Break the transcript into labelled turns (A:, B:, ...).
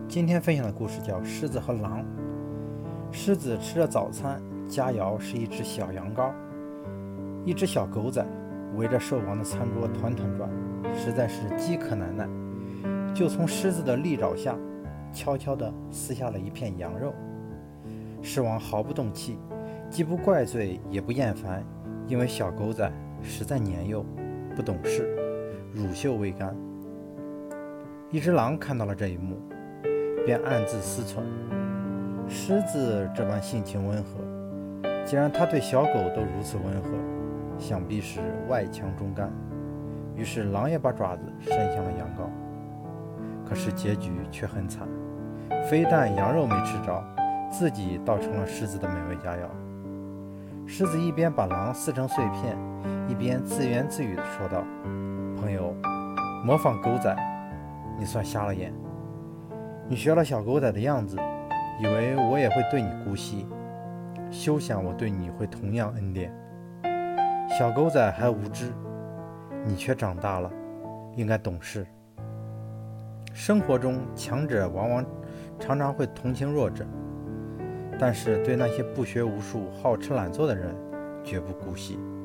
A: 今天分享的故事叫狮子和狼。狮子吃着早餐，佳肴是一只小羊羔。一只小狗仔围着兽王的餐桌团团转，实在是饥渴难耐，就从狮子的利爪下悄悄地撕下了一片羊肉。狮王毫不动气，既不怪罪也不厌烦，因为小狗仔实在年幼不懂事，乳臭未干。一只狼看到了这一幕，便暗自思忖，狮子这般性情温和，既然他对小狗都如此温和，想必是外强中干。于是狼也把爪子伸向了羊羔。可是结局却很惨，非但羊肉没吃着，自己倒成了狮子的美味佳肴。狮子一边把狼撕成碎片，一边自言自语地说道：“朋友，模仿狗仔，你算瞎了眼。你学了小狗仔的样子，以为我也会对你姑息，休想我对你会同样恩典。小狗仔还无知，你却长大了，应该懂事。生活中，强者往往常常会同情弱者，但是对那些不学无术、好吃懒做的人，绝不姑息。